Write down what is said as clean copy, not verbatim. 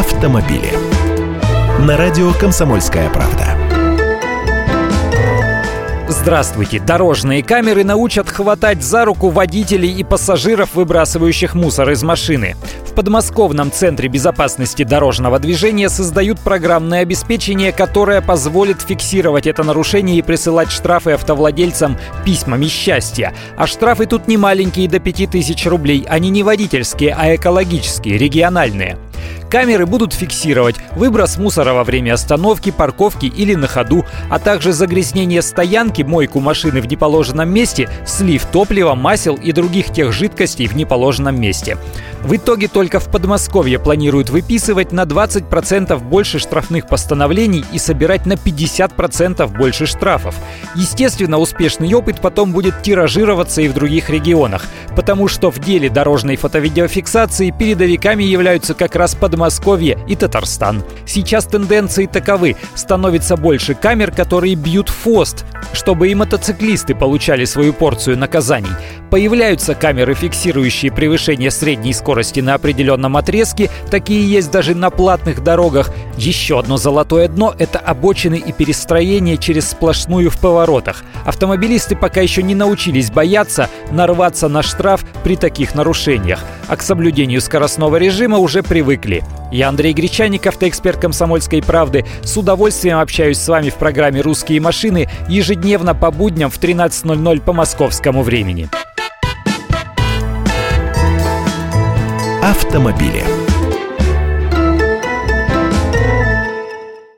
автомобили. На радио «Комсомольская правда». Здравствуйте! Дорожные камеры научат хватать за руку водителей и пассажиров, выбрасывающих мусор из машины. В подмосковном центре безопасности дорожного движения создают программное обеспечение, которое позволит фиксировать это нарушение и присылать штрафы автовладельцам письмами счастья. А штрафы тут не маленькие, до 5000 рублей. Они не водительские, а экологические, региональные. Камеры будут фиксировать выброс мусора во время остановки, парковки или на ходу, а также загрязнение стоянки, мойку машины в неположенном месте, слив топлива, масел и других тех жидкостей в неположенном месте. В итоге только в Подмосковье планируют выписывать на 20% больше штрафных постановлений и собирать на 50% больше штрафов. Естественно, успешный опыт потом будет тиражироваться и в других регионах, потому что в деле дорожной фото-видеофиксации передовиками являются как раз Подмосковье и Татарстан. Сейчас тенденции таковы: становится больше камер, которые бьют в хвост, чтобы и мотоциклисты получали свою порцию наказаний. Появляются камеры, фиксирующие превышение средней скорости на определенном отрезке, такие есть даже на платных дорогах. Еще одно золотое дно – это обочины и перестроение через сплошную в поворотах. Автомобилисты пока еще не научились бояться нарваться на штраф при таких нарушениях, а к соблюдению скоростного режима уже привыкли. Я Андрей Гречаник, автоэксперт «Комсомольской правды». С удовольствием общаюсь с вами в программе «Русские машины» ежедневно по будням в 13:00 по московскому времени. Автомобили.